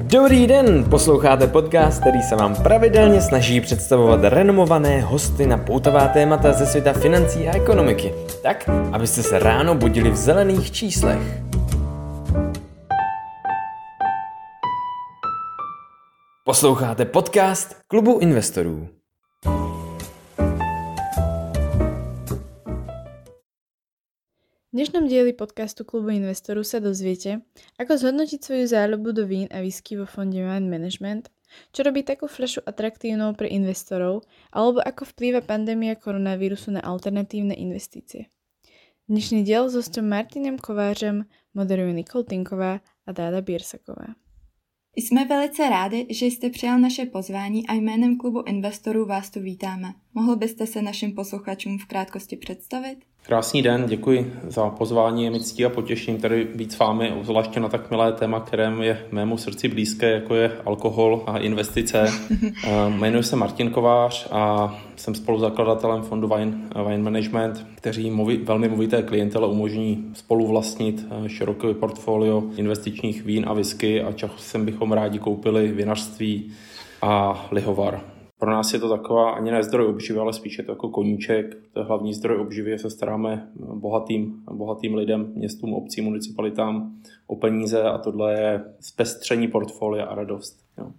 Dobrý den, posloucháte podcast, který se vám pravidelně snaží představovat renomované hosty na poutavá témata ze světa financí a ekonomiky, tak, abyste se ráno budili v zelených číslech. Posloucháte podcast Klubu investorů. V dnešnom dieli podcastu Klubu investorov sa dozviete, ako zhodnotiť svoju záľubu do vín a whisky vo fonde Wine Management, čo robí takú fľašu atraktívnou pre investorov, alebo ako vplýva pandémia koronavírusu na alternatívne investície. Dnešný diel s hostom Martinem Kovářem moderuje Nikol Tinková a Dáda Bírsaková. Jsme velice rádi, že jste přijal naše pozvání a jménem Klubu investorů vás tu vítáme. Mohl byste se našim posluchačům v krátkosti představit? Krásný den, děkuji za pozvání, je mi ctí a potěšení tady být s vámi, obzvláště na tak milé téma, kterém je mému srdci blízké, jako je alkohol a investice. Jmenuji se Martin Kovář a jsem spoluzakladatelem fondu Wine Management, který velmi movité klientele umožní spoluvlastnit široké portfolio investičních vín a whisky a časem bychom rádi koupili vinařství a lihovar. Pro nás je to taková ani ne zdroj obživy, ale spíše to jako koníček. To je hlavní zdroj obživy, se staráme bohatým lidem, městům, obcím, municipalitám o peníze a tohle je zpestření portfolia a radost. Jo.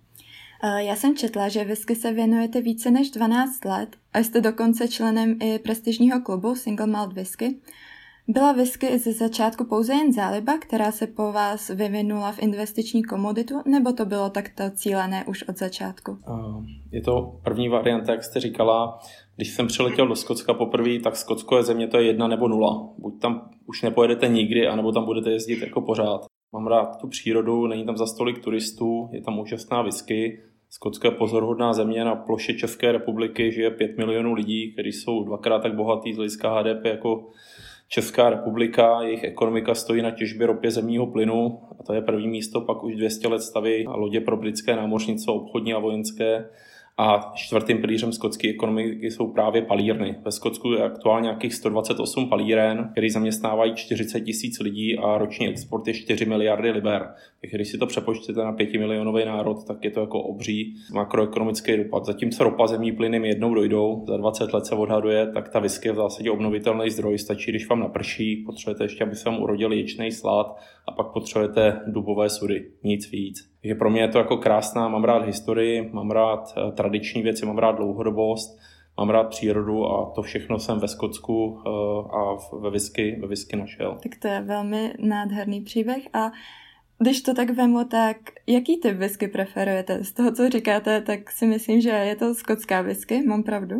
Já jsem četla, že whisky se věnujete více než 12 let a jste dokonce členem i prestižního klubu Single Malt Whisky. Byla whisky ze začátku pouze jen záliba, která se po vás vyvinula v investiční komoditu, nebo to bylo takto cílené už od začátku? Je to první varianta, jak jste říkala. Když jsem přiletěl do Skotska poprvé, tak Skotsko je země, to je 1 nebo 0. Buď tam už nepojedete nikdy, anebo tam budete jezdit jako pořád. Mám rád tu přírodu, není tam za stolik turistů, je tam úžasná whisky. Skotsko je pozoruhodná země, na ploše České republiky žije 5 milionů lidí, kteří jsou dvakrát tak bohatý z hlediska HDP jako Česká republika, jejich ekonomika stojí na těžbě ropě zemního plynu a to je první místo, pak už 200 let staví lodě pro britské námořnictvo, obchodní a vojenské a čtvrtým pilířem skotské ekonomiky jsou právě palírny. Ve Skotsku je aktuálně nějakých 128 palíren, který zaměstnávají 40 000 lidí a roční export je 4 miliardy liber. Takže když si to přepočtete na 5 milionový národ, tak je to jako obří makroekonomický dopad. Zatímco ropa, zemní plyny jednou dojdou, za 20 let se odhaduje, tak ta whisky je v zásadě obnovitelný zdroj. Stačí, když vám naprší, potřebujete ještě, aby se vám urodil ječný slad a pak potřebujete dubové sudy, nic víc. Takže pro mě je to jako krásná, mám rád historii, mám rád tradiční věci, mám rád dlouhodobost, mám rád přírodu a to všechno jsem ve Skotsku a ve whisky našel. Tak to je velmi nádherný příběh a když to tak vemu, tak jaký typ whisky preferujete? Z toho, co říkáte, tak si myslím, že je to skotská whisky, mám pravdu?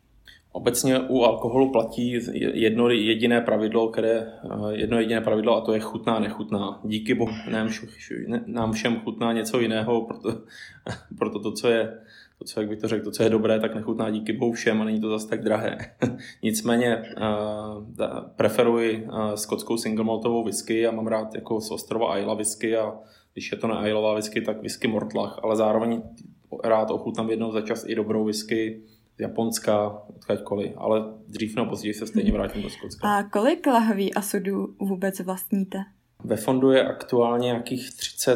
Obecně u alkoholu platí jedno jediné pravidlo a to je chutná, nechutná. Díky bohu nám všem chutná něco jiného, proto to, co je, jak bych to řekl, to, co je dobré, tak nechutná díky bohu všem a není to zase tak drahé. Nicméně preferuji skotskou single maltovou whisky a mám rád jako z ostrova Isla whisky a když je to na Islová whisky, tak whisky Mortlach, ale zároveň rád ochutnám jednou za čas i dobrou whisky Japonska, odkaďkoliv, ale dřív nebo později se stejně vrátím do Skotska. A kolik lahví a sudů vůbec vlastníte? Ve fondu je aktuálně nějakých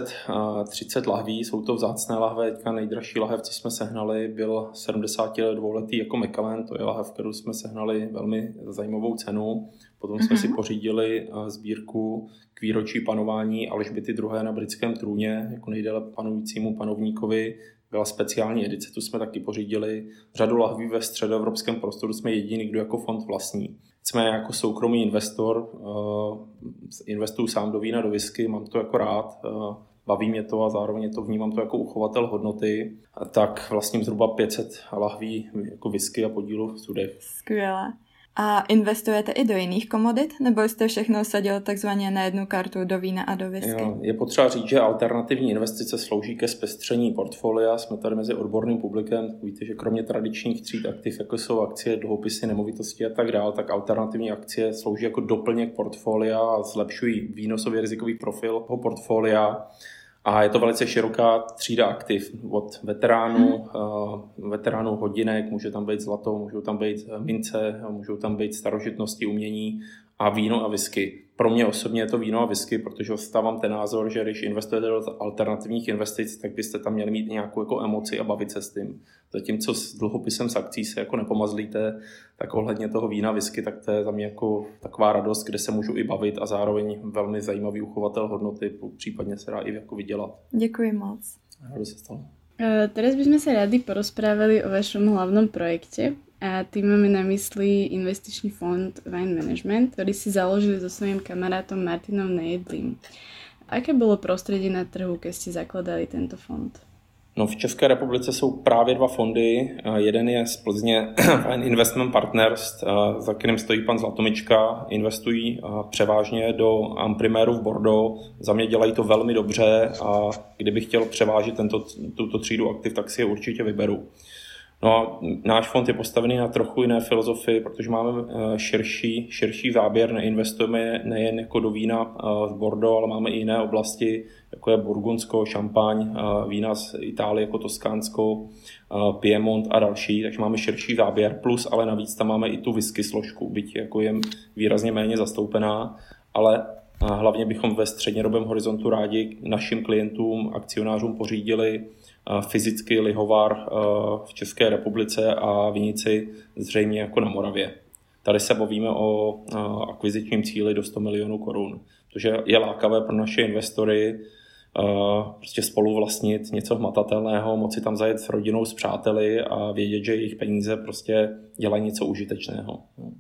30 lahví, jsou to vzácné lahve, teďka nejdražší lahev, co jsme sehnali, byl 72letý jako Macallan, to je lahev, kterou jsme sehnali velmi zajímavou cenu. Potom jsme si pořídili sbírku k výročí panování Alžběty II. Na britském trůně, jako nejdéle panujícímu panovníkovi. Byla speciální edice, tu jsme taky pořídili. Řadu lahví ve středoevropském prostoru jsme jediný, kdo jako fond vlastní. Jsme jako soukromý investor, investuju sám do vína, do whisky, mám to jako rád, baví mě to a zároveň to vnímám to jako uchovatel hodnoty. Tak vlastním zhruba 500 lahví jako whisky a podílu v sudech. Skvělé. A investujete i do jiných komodit, nebo jste všechno sadil takzvaně na jednu kartu do vína a do whisky? Jo, je potřeba říct, že alternativní investice slouží ke zpestření portfolia. Jsme tady mezi odborným publikem. Víte, že kromě tradičních tříd aktiv, jako jsou akcie, dluhopisy, nemovitosti a tak dále, tak alternativní akcie slouží jako doplněk portfolia a zlepšují výnosový rizikový profil toho portfolia. A je to velice široká třída aktiv od veteránů hodinek, může tam být zlato, můžou tam být mince, můžou tam být starožitnosti, umění a víno a whisky. Pro mě osobně je to víno a whisky, protože stávám ten názor, že když investujete do alternativních investic, tak byste tam měli mít nějakou jako emoci a bavit se s tím. Zatímco s dluhopisem z akcí se jako nepomazlíte, tak ohledně toho vína, whisky, tak to je za mě jako taková radost, kde se můžu i bavit a zároveň velmi zajímavý uchovatel hodnoty, případně se dá i jako vydělat. Děkuji moc. Rádo se stalo. Teraz by sme sa radi porozprávali o vašom hlavnom projekte a tým máme na mysli investičný fond Wine Management, ktorý si založili so svojím kamarátom Martinom Nejedlým. Aké bolo prostredie na trhu, keď ste zakladali tento fond? No, v České republice jsou právě dva fondy. Jeden je z Plzně Wine Investment Partners, za kterým stojí pan Zlatomička. Investují převážně do Ampriméru v Bordeaux. Za mě dělají to velmi dobře a kdybych chtěl převážit tuto třídu aktiv, tak si je určitě vyberu. No a náš fond je postavený na trochu jiné filozofii, protože máme širší záběr, neinvestujeme nejen jako do vína z Bordeaux, ale máme i jiné oblasti, jako je Burgundsko, Šampaň, vína z Itálie jako Toskánsko, Piemont a další, takže máme širší záběr, plus ale navíc tam máme i tu whisky složku, byť jako je výrazně méně zastoupená, ale hlavně bychom ve střednědobém horizontu rádi našim klientům, akcionářům pořídili fyzicky lihovar v České republice a vinici zřejmě jako na Moravě. Tady se bavíme o akvizičním cíli do 100 milionů korun, protože je lákavé pro naše investory prostě spoluvlastnit něco hmatatelného, moci tam zajet s rodinou, s přáteli a vědět, že jejich peníze prostě dělají něco užitečného.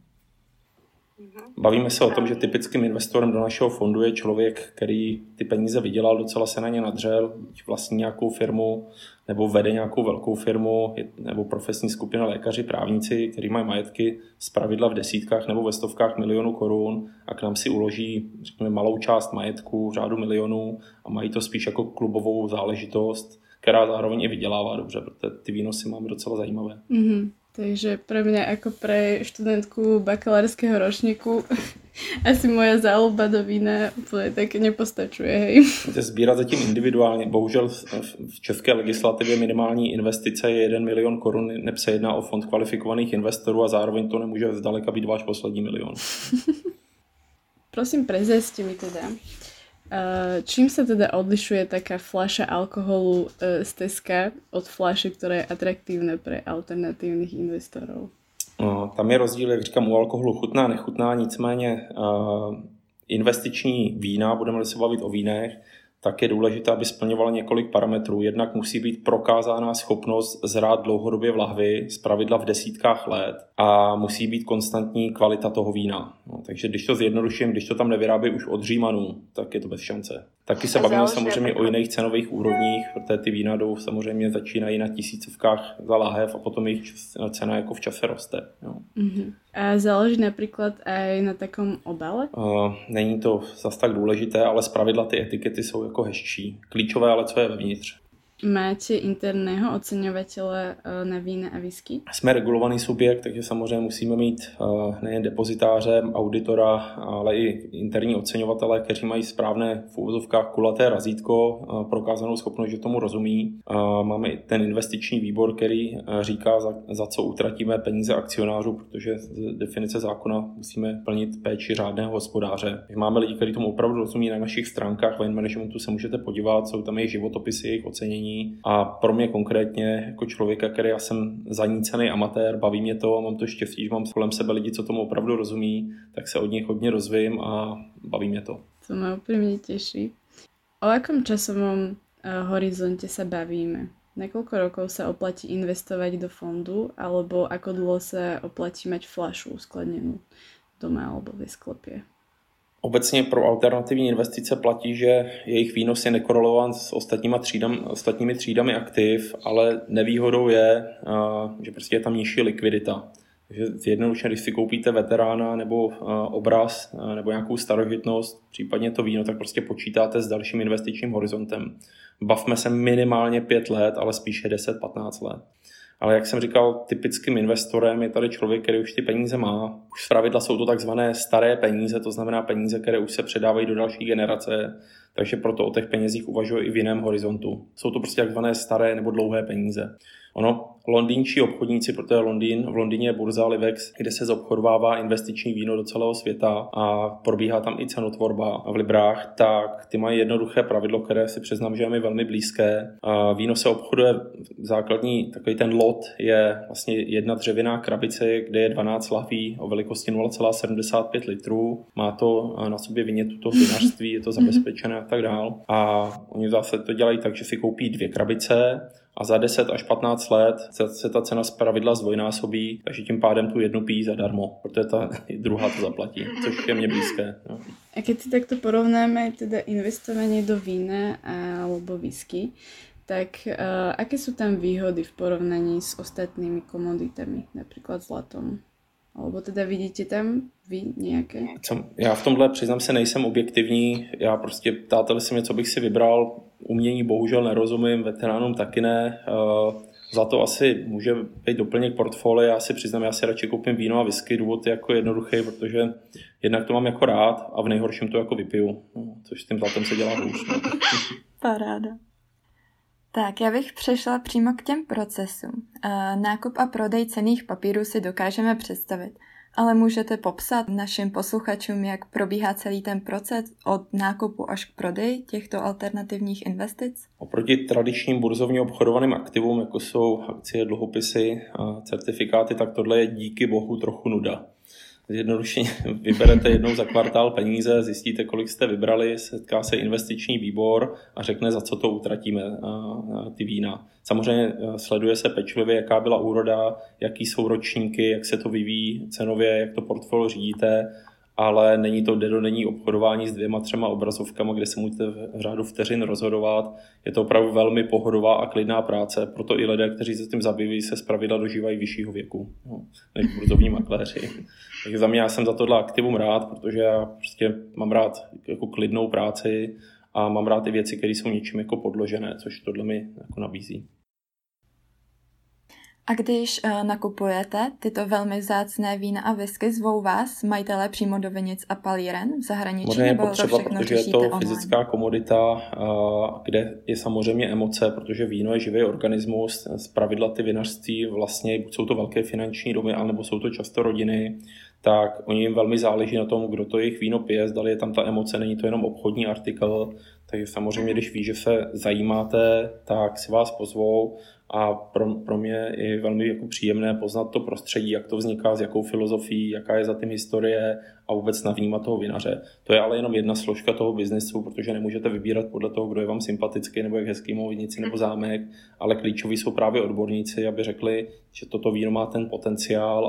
Bavíme se o tom, že typickým investorem do našeho fondu je člověk, který ty peníze vydělal, docela se na ně nadřel, vlastní nějakou firmu nebo vede nějakou velkou firmu, nebo profesní skupina lékaři, právníci, kteří mají majetky zpravidla v desítkách nebo ve stovkách milionů korun a k nám si uloží, řekněme, malou část majetku v řádu milionů a mají to spíš jako klubovou záležitost, která zároveň i vydělává dobře, protože ty výnosy máme docela zajímavé. Mm-hmm. Takže pre mňa ako pre študentku bakalárskeho ročníku asi moja záľuba do vína úplne tak nepostačuje, hej. Sbírat zatím individuálně. Bohužel v české legislativě minimální investice je 1 milion korun, neb se jedná o fond kvalifikovaných investorů a zároveň to nemůže zdaleka být váš poslední milion. Prosím, prezeste mi teda, čím sa teda odlišuje taká fľaša alkoholu z Teska od fľaše, ktorá je atraktívna pre alternatívnych investorov? Tam je rozdíl, jak říkám, u alkoholu chutná, nechutná, nicméně investiční vína, budeme se bavit o vínech, tak je důležité, aby splňovala několik parametrů. Jednak musí být prokázána schopnost zrát dlouhodobě v lahvi, zpravidla v desítkách let, a musí být konstantní kvalita toho vína. No, takže když to zjednoduším, když to tam nevyrábí už od Římanů, tak je to bez šance. Taky se bavíme samozřejmě o jiných cenových úrovních, protože ty vína samozřejmě začínají na tisícovkách za láhev a potom jejich cena jako v čase roste. Jo. Uh-huh. A záleží například aj na takom obale? Není to zas tak důležité, ale zpravidla ty etikety jsou jako hezčí. Klíčové ale co je vevnitř. Máte interného oceňovatele na vína a whisky? Jsme regulovaný subjekt, takže samozřejmě musíme mít nejen depozitáře, auditora, ale i interní oceňovatele, kteří mají správné v úvozovkách kulaté razítko, prokázanou schopnost, že tomu rozumí. Máme i ten investiční výbor, který říká, za co utratíme peníze akcionářů, protože z definice zákona musíme plnit péči řádného hospodáře. Máme lidi, kteří tomu opravdu rozumí. Na našich stránkách Wine Managementu se můžete podívat, jsou tam jejich životopisy, jejich ocenění. A pro mě konkrétně, jako člověka, který já jsem zanícený amatér, baví mě to, mám to štěstí, že mám kolem sebe lidi, co tomu opravdu rozumí, tak se od nich hodně rozvím a baví mě to. To ma úprimne teší. O akom časovom horizonte sa bavíme? Na koľko rokov sa oplatí investovať do fondu, alebo ako dlho sa oplatí mať fľašu uskladnenú doma alebo ve sklepě? Obecně pro alternativní investice platí, že jejich výnos je nekorelován s ostatními třídami aktiv, ale nevýhodou je, že prostě je tam nižší likvidita. Takže zjednodušeně, když si koupíte veterána nebo obraz nebo nějakou starožitnost, případně to víno, tak prostě počítáte s dalším investičním horizontem. Bavme se minimálně 5 let, ale spíše 10-15 let. Ale jak jsem říkal, typickým investorem je tady člověk, který už ty peníze má. Už zpravidla jsou to takzvané staré peníze, to znamená peníze, které už se předávají do další generace. takže proto o těch penězích uvažuje i v jiném horizontu. Jsou to prostě takzvané staré nebo dlouhé peníze. Londýnští obchodníci, protože v Londýně je burza Livex, kde se zobchodovává investiční víno do celého světa a probíhá tam i cenotvorba v librách, tak ty mají jednoduché pravidlo, které si přiznám, že je mi velmi blízké. Víno se obchoduje, základní takový ten lot je vlastně jedna dřevěná krabice, kde je 12 lahví o velikosti 0,75 litrů. Má to na sobě vinětu toho vinařství, je to zabezpečené a tak dál. A oni zase to dělají tak, že si koupí 2 krabice, a za 10 až 15 let se ta cena zpravidla zdvojnásobí, takže tím pádem tu jednu pijí zadarmo, protože ta druhá to zaplatí, což je mně blízké. No. A keď si takto porovnáme teda investovanie do vína alebo whisky, tak aké sú tam výhody v porovnaní s ostatnými komoditami, napríklad zlatom? Alebo teda vidíte tam vy nějaké? Já v tomhle, přiznám se, nejsem objektivní. Já prostě, ptáte-li se mě, co bych si vybral, umění bohužel nerozumím, veteránům taky ne. Za to asi může být doplněk portfolia. Já si přiznám, já si radši koupím víno a whisky. Důvod je jako jednoduchý, protože jednak to mám jako rád a v nejhorším to jako vypiju. Což s tím zlatem se dělá hůř. Paráda. Tak, já bych přešla přímo k těm procesům. Nákup a prodej cenných papírů si dokážeme představit, ale můžete popsat našim posluchačům, jak probíhá celý ten proces od nákupu až k prodeji těchto alternativních investic? Oproti tradičním burzovně obchodovaným aktivům, jako jsou akcie, dluhopisy a certifikáty, tak tohle je díky bohu trochu nuda. Jednoduše vyberete jednou za kvartál peníze, zjistíte, kolik jste vybrali, setká se investiční výbor a řekne, za co to utratíme, ty vína. Samozřejmě sleduje se pečlivě, jaká byla úroda, jaký jsou ročníky, jak se to vyvíjí cenově, jak to portfolio řídíte, ale není to denní obchodování s 2-3 obrazovkama, kde se můžete v řádu vteřin rozhodovat. Je to opravdu velmi pohodová a klidná práce, proto i lidé, kteří se tím zabývají, se zpravidla dožívají vyššího věku než burzovní makléři. Takže za mě já jsem za tohle aktivum rád, protože já prostě mám rád jako klidnou práci a mám rád i věci, které jsou něčím jako podložené, což tohle mi jako nabízí. A když nakupujete tyto velmi vzácné vína a whisky, zvou vás majitelé přímo do vinic a palíren v zahraničí? Možná je potřeba, protože je to fyzická komodita, kde je samozřejmě emoce, protože víno je živý organismus, zpravidla ty vinařství vlastně, buď jsou to velké finanční domy, anebo jsou to často rodiny, tak oni jim velmi záleží na tom, kdo to jejich víno pije, zdali je tam ta emoce, není to jenom obchodní artikl, takže samozřejmě, když ví, že se zajímáte, tak si vás pozvou. A pro mě je velmi jako příjemné poznat to prostředí, jak to vzniká, s jakou filozofií, jaká je za tím historie a vůbec navnímat toho vinaře. To je ale jenom jedna složka toho biznesu, protože nemůžete vybírat podle toho, kdo je vám sympatický, nebo jak hezký má vinici nebo zámek, ale klíčoví jsou právě odborníci, aby řekli, že toto víno má ten potenciál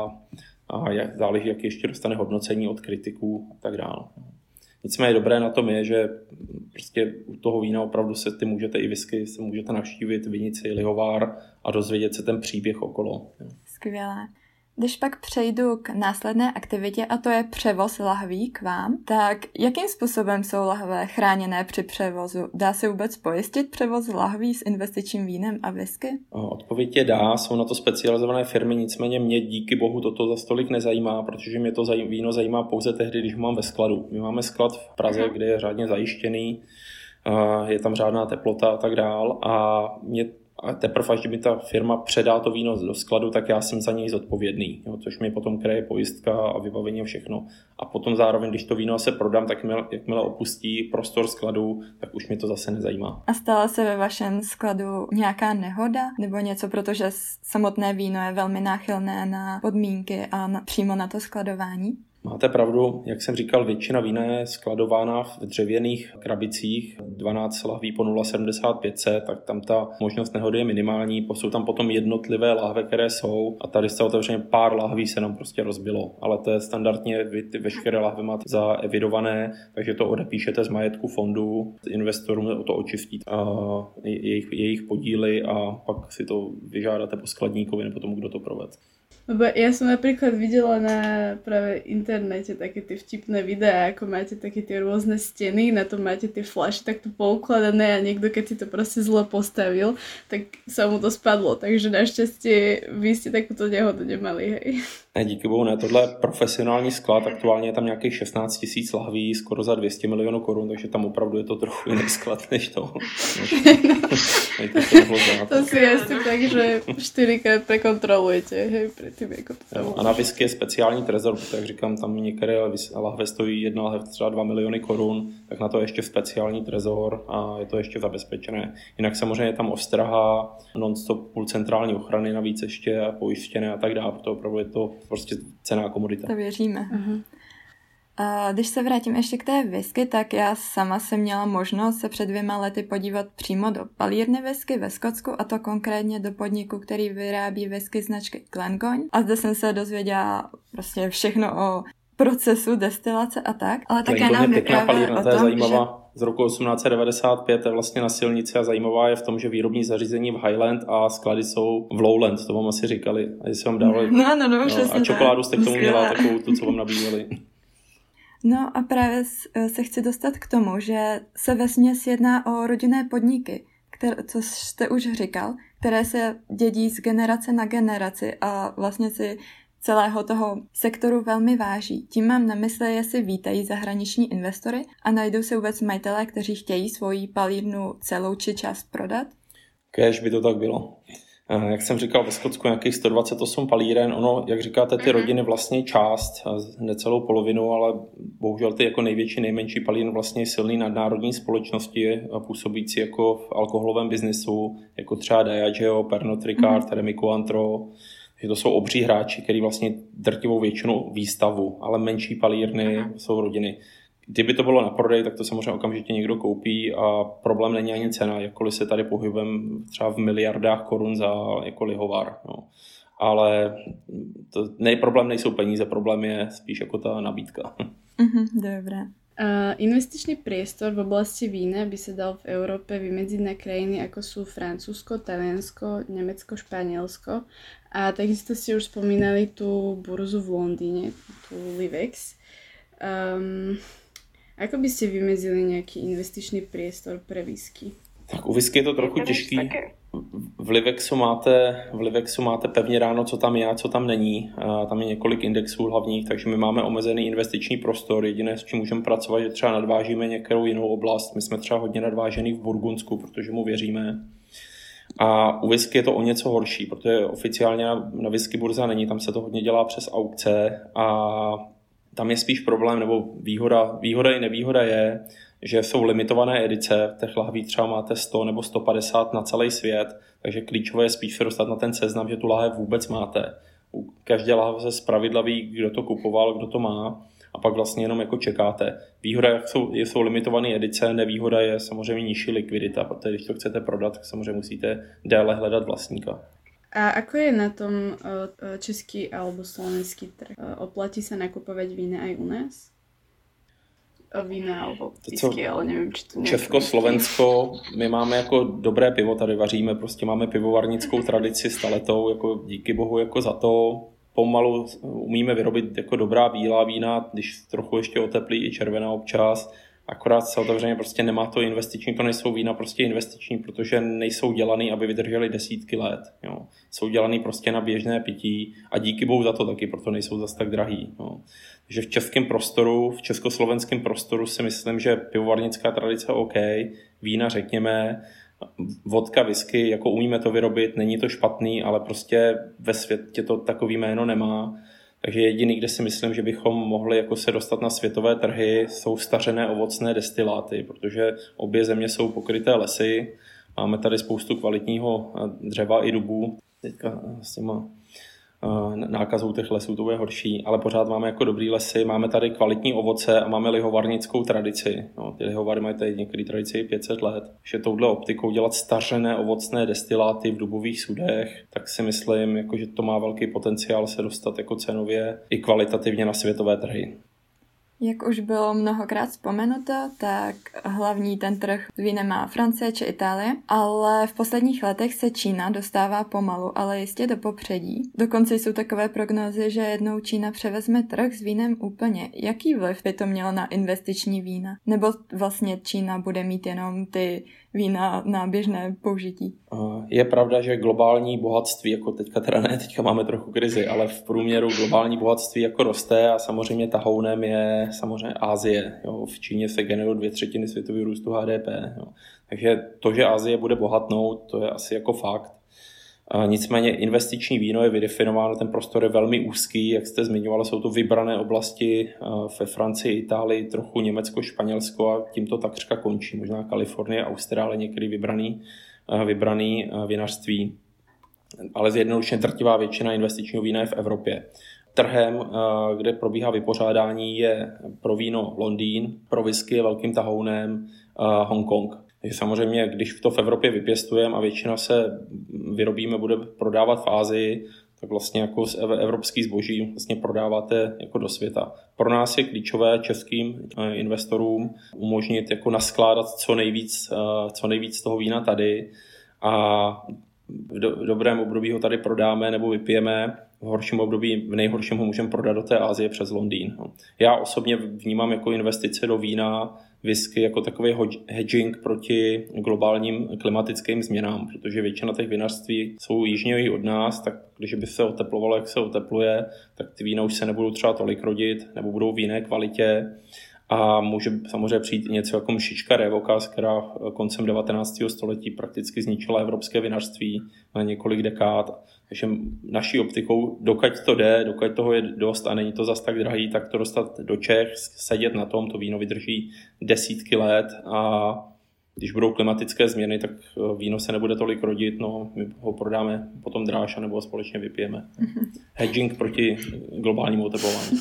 a záleží, jak ještě dostane hodnocení od kritiků a tak dále. Nicméně dobré na tom je, že prostě u toho vína opravdu se můžete i whisky, se můžete navštívit vinici, lihovár a dozvědět se ten příběh okolo. Skvělé. Když pak přejdu k následné aktivitě, a to je převoz lahví k vám, tak jakým způsobem jsou lahve chráněné při převozu? Dá se vůbec pojistit převoz lahví s investičním vínem a whisky? Odpověď je dá, jsou na to specializované firmy, nicméně mě díky bohu toto za stolik nezajímá, protože mě to víno zajímá pouze tehdy, když ho mám ve skladu. My máme sklad v Praze, kde je řádně zajištěný, je tam řádná teplota a tak dál a teprve, až mi ta firma předá to víno do skladu, tak já jsem za něj zodpovědný, což mi potom kryje pojistka a vybavení a všechno. A potom zároveň, když to víno se prodám, tak jakmile opustí prostor skladu, tak už mě to zase nezajímá. A stala se ve vašem skladu nějaká nehoda nebo něco, protože samotné víno je velmi náchylné na podmínky a přímo na to skladování? Máte pravdu, jak jsem říkal, většina vína je skladována v dřevěných krabicích, 12 lahví po 0,75, tak tam ta možnost nehody je minimální, jsou tam potom jednotlivé lahve, které jsou a tady se otevřeně pár lahví se nám prostě rozbilo, ale to je standardně, vy ty veškeré lahve máte zaevidované, takže to odepíšete z majetku fondu, investorům to očistit jejich podíly a pak si to vyžádáte po skladníkovi nebo tomu, kdo to provede. Lebo ja som napríklad videla na práve internete také tie vtipné videá, ako máte také tie rôzne steny, na tom máte tie fľaše takto poukladané a niekto, keď si to proste zle postavil, tak sa mu to spadlo. Takže našťastie vy ste takúto nehodu nemali, hej. Ne, díky bohu ne, tohle je profesionální sklad, aktuálně je tam nějakých 16 000 lahví, skoro za 200 milionů korun, takže tam opravdu je to trochu jiný sklad než to. To si asi tak, že 4krát prekontrolujete, hej, predtým, ako to tam. A na whisky je speciální trezor, protože jak říkám, tam některé lahve stojí, jedna lahve třeba 2 miliony korun, tak na to je ještě speciální trezor a je to ještě zabezpečené. Jinak samozřejmě je tam ostraha, non-stop půl centrální ochrany, navíc ještě pojištěné a tak dále, protože opravdu je to prostě cenná komodita. To věříme. Uh-huh. A když se vrátím ještě k té whisky, tak já sama jsem měla možnost se před 2 lety podívat přímo do palírny whisky ve Skotsku, a to konkrétně do podniku, který vyrábí whisky značky Glengoyne. A zde jsem se dozvěděla prostě všechno o procesu destilace a tak. Ale také nám vyprávěla o tom, zajímavá. Z roku 1895 je vlastně na silnici a zajímavá je v tom, že výrobní zařízení v Highland a sklady jsou v Lowland, to vám asi říkali. A jestli vám dávali. No, a čokoládu jste k tomu měla, takovou tu, co vám nabízeli. No a právě se chci dostat k tomu, že se vesměs jedná o rodinné podniky, co jste už říkal, které se dědí z generace na generaci a vlastně si celého toho sektoru velmi váží. Tím mám na mysli, jestli vítají zahraniční investory a najdou se vůbec majitelé, kteří chtějí svoji palírnu celou či část prodat? Kéž by to tak bylo. Jak jsem říkal, ve Skotsku nějakých 128 palíren, ono, jak říkáte, ty rodiny vlastně část, necelou polovinu, ale bohužel ty jako největší, nejmenší palíren vlastně silný nadnárodní společnosti působící jako v alkoholovém biznisu, jako třeba Diageo, Pernod Ricard, Rémy Cointreau, že to jsou obří hráči, který vlastně drtivou většinu výstavu, ale menší palírny jsou rodiny. Kdyby to bylo na prodej, tak to samozřejmě okamžitě někdo koupí a problém není ani cena, jakkoliv se tady pohybujeme třeba v miliardách korun za jako lihovar. No. Ale problém nejsou peníze, problém je spíš jako ta nabídka. Dobré. Investičný priestor v oblasti vína by sa dal v Európe vymedziť na krajiny ako sú Francúzsko, Taliansko, Nemecko, Španielsko a takisto ste už spomínali tú burzu v Londýne, tú Livex. Ako by ste vymezili nejaký investičný priestor pre whisky? Tak u whisky je to trochu těžký. V Livexu máte pevně ráno, co tam je a co tam není. Tam je několik indexů hlavních, takže my máme omezený investiční prostor. Jediné, s čím můžeme pracovat, je třeba nadvážíme některou jinou oblast. My jsme třeba hodně nadvážený v Burgundsku, protože mu věříme. A u whisky je to o něco horší, protože oficiálně na whisky burza není, tam se to hodně dělá přes aukce a tam je spíš problém, nebo výhoda i nevýhoda je, že jsou limitované edice, těch lahví třeba máte 100 nebo 150 na celý svět, takže klíčové je spíš se dostat na ten seznam, že tu lahev vůbec máte. U každé lahve se zpravidla ví, kdo to kupoval, kdo to má a pak vlastně jenom jako čekáte. Výhoda jsou limitované edice, nevýhoda je samozřejmě nižší likvidita, protože když to chcete prodat, tak samozřejmě musíte déle hledat vlastníka. A ako je na tom český alebo slovenský trh? Oplatí sa nakupovať vína aj u nás? Vína alebo whisky, ale neviem, či to Česko, Slovensko, my máme jako dobré pivo, tady vaříme, prostě máme pivovarnickou tradici staletou, jako díky bohu jako za to. Pomalu umíme vyrobit jako dobrá bílá vína, když trochu ještě oteplí i červená občas. Akorát se otevřeně prostě nemá to investiční, to nejsou vína prostě investiční, protože nejsou dělaný, aby vydrželi desítky let. Jo. Jsou dělaný prostě na běžné pití a díky bohu za to taky, proto nejsou zas tak drahý. Jo. Takže v českém prostoru, v československém prostoru si myslím, že pivovarnická tradice OK, vína řekněme, vodka, whisky, jako umíme to vyrobit, není to špatný, ale prostě ve světě to takový jméno nemá. Takže jediný, kde si myslím, že bychom mohli jako se dostat na světové trhy, jsou stařené ovocné destiláty, protože obě země jsou pokryté lesy. Máme tady spoustu kvalitního dřeva i dubů. Teďka s těma nákazou těch lesů to bude horší, ale pořád máme jako dobrý lesy, máme tady kvalitní ovoce a máme lihovarnickou tradici. No, ty lihovary mají tady některé tradici 500 let. Že touhle optikou dělat stařené ovocné destiláty v dubových sudech, tak si myslím, jako, že to má velký potenciál se dostat jako cenově i kvalitativně na světové trhy. Jak už bylo mnohokrát vzpomenuto, tak hlavní ten trh s vínem má Francie či Itálie, ale v posledních letech se Čína dostává pomalu, ale jistě do popředí. Dokonce jsou takové prognózy, že jednou Čína převezme trh s vínem úplně. Jaký vliv by to mělo na investiční vína? Nebo vlastně Čína bude mít jenom ty vína na běžné použití? Je pravda, že globální bohatství, jako teďka máme trochu krizi, ale v průměru globální bohatství jako roste a samozřejmě tahounem je samozřejmě Asie. Jo. V Číně se generují 2/3 světového růstu HDP. Jo. Takže to, že Asie bude bohatnout, to je asi jako fakt. Nicméně investiční víno je vydefinováno, ten prostor je velmi úzký, jak jste zmiňovali, jsou to vybrané oblasti ve Francii, Itálii, trochu Německo, Španělsko a tím to takřka končí. Možná Kalifornie, Austrálie, některý vybraný vinařství. Ale zjednodušeně drtivá většina investičního vína je v Evropě. Trhem, kde probíhá vypořádání, je pro víno Londýn, pro whisky je velkým tahounem Hongkong. Takže samozřejmě, když to v Evropě vypěstujeme a většina se vyrobíme, bude prodávat v Asii, tak vlastně jako evropský zboží vlastně prodáváte jako do světa. Pro nás je klíčové českým investorům umožnit jako naskládat co nejvíc toho vína tady a v dobrém období ho tady prodáme nebo vypijeme, v nejhorším ho můžeme prodat do té Asie přes Londýn. Já osobně vnímám jako investice do vína, whisky jako takový hedging proti globálním klimatickým změnám, protože většina těch vinařství jsou jižněji od nás, tak když by se oteplovalo, jak se otepluje, tak ty vína už se nebudou třeba tolik rodit, nebo budou v jiné kvalitě. A může samozřejmě přijít něco jako mšička Revocas, která koncem 19. století prakticky zničila evropské vinařství na několik dekád. Takže naší optikou, dokud to jde, dokud toho je dost a není to zas tak drahý, tak to dostat do Čech, sedět na tom, to víno vydrží desítky let a když budou klimatické změny, tak víno se nebude tolik rodit, no my ho prodáme potom dráž a nebo ho společně vypijeme. Hedging proti globálnímu oteplování.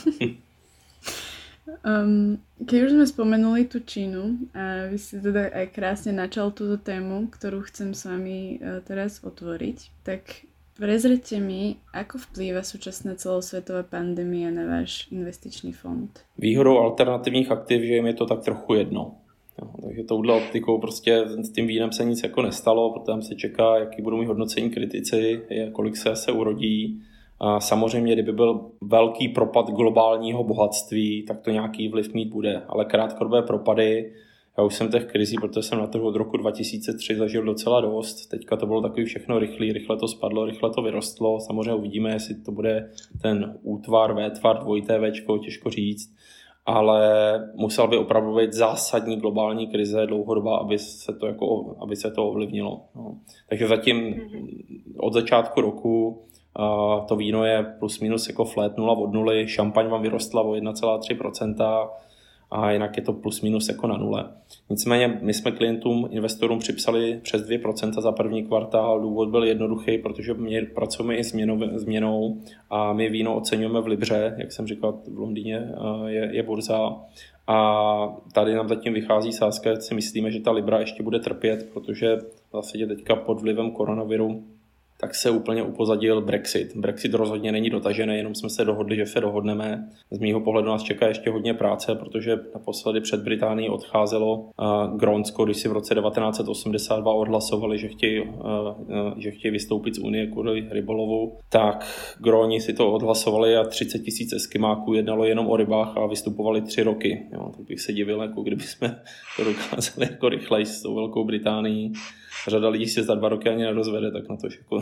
Keď už sme spomenuli tú Čínu a vy ste teda aj krásne načal túto tému, ktorú chcem s vami teraz otvoriť, tak prezrite mi, ako vplýva súčasná celosvetová pandémia na váš investičný fond? Výhodou alternativních aktiv, že jim je to tak trochu jedno. No, takže touhle optikou prostě s tím vínem se nic jako nestalo, protože tam se čeká, jaký budou mít hodnocení kritici, kolik se urodí. A samozřejmě, kdyby byl velký propad globálního bohatství, tak to nějaký vliv mít bude. Ale krátkodobé propady, já už jsem těch krizí, protože jsem na trhu od roku 2003 zažil docela dost. Teďka to bylo takový všechno rychle to spadlo, rychle to vyrostlo. Samozřejmě uvidíme, jestli to bude ten útvar, V-tvar, dvojité Včko, těžko říct. Ale musel by opravdu být zásadní globální krize dlouhodobá, aby se to ovlivnilo. No. Takže zatím od začátku roku to víno je plus minus jako flat 0 od 0, šampaň vám vyrostla o 1,3% a jinak je to plus minus jako na nule. Nicméně my jsme klientům, investorům připsali přes 2% za první kvartál. Důvod byl jednoduchý, protože my pracujeme i s měnou a my víno oceňujeme v libře, jak jsem říkal, v Londýně je burza. A tady nám zatím vychází sázka, si myslíme, že ta libra ještě bude trpět, protože zase teďka pod vlivem koronaviru tak se úplně upozadil Brexit. Brexit rozhodně není dotažený, jenom jsme se dohodli, že se dohodneme. Z mýho pohledu nás čeká ještě hodně práce, protože naposledy před Británií odcházelo Grónsko, když si v roce 1982 odhlasovali, že chtějí vystoupit z Unie kvůli rybolovu, tak Gróni si to odhlasovali a 30 000 eskimáků jednalo jenom o rybách a vystupovali 3 roky. Jo, tak bych se divil, jako kdyby jsme to dokázali jako rychleji s tou Velkou Británií. Řada lidí se za 2 roky ani nerozvede, tak na to jako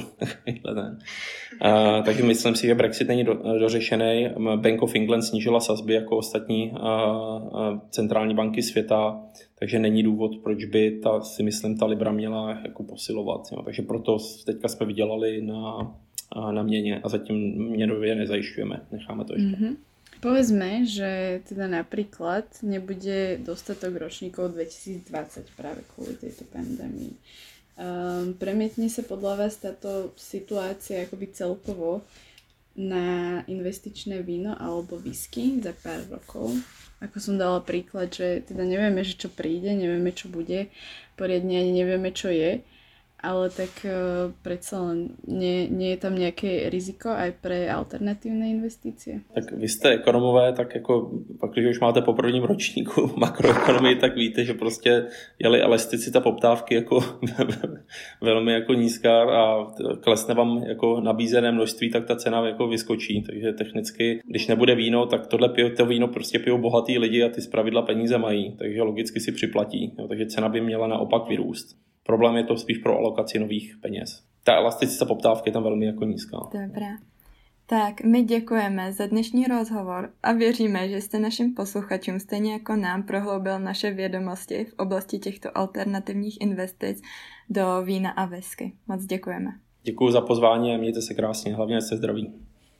takže myslím si, že Brexit není dořešený. Bank of England snížila sazby jako ostatní centrální banky světa, takže není důvod, proč by si myslím, ta libra měla jako posilovat. Jo. Takže proto teďka jsme vydělali na měně a zatím měnově nezajišťujeme. Necháme to ještě. Mm-hmm. Povedzme, že teda napríklad nebude dostatok ročníkov 2020 práve kvôli tejto pandémii. Premietne sa podľa vás táto situácia akoby celkovo na investičné víno alebo whisky za pár rokov? Ako som dala príklad, že teda nevieme, že čo príde, nevieme, čo bude, poriadne ani nevieme, čo je. ale tak predsa len nie je tam nejaké riziko aj pre alternatívne investície? Tak vy jste ekonomové, tak jako pak, když už máte po prvním ročníku makroekonomii, tak víte, že prostě je-li elasticita poptávky jako velmi jako nízká a klesne vám jako nabízené množství, tak ta cena jako vyskočí. Takže technicky, když nebude víno, tak to víno prostě pijou bohatý lidi a ty zpravidla peníze mají, takže logicky si připlatí. Jo, takže cena by měla naopak vyrůst. Problém je to spíš pro alokaci nových peněz. Ta elasticita poptávky je tam velmi jako nízká. Dobrá. Tak, my děkujeme za dnešní rozhovor a věříme, že jste našim posluchačům stejně jako nám prohloubil naše vědomosti v oblasti těchto alternativních investic do vína a whisky. Moc děkujeme. Děkuji za pozvání a mějte se krásně, hlavně jste zdraví.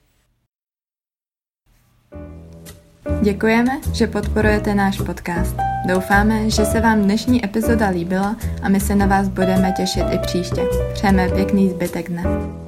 Děkujeme, že podporujete náš podcast. Doufáme, že se vám dnešní epizoda líbila a my se na vás budeme těšit i příště. Přejeme pěkný zbytek dne.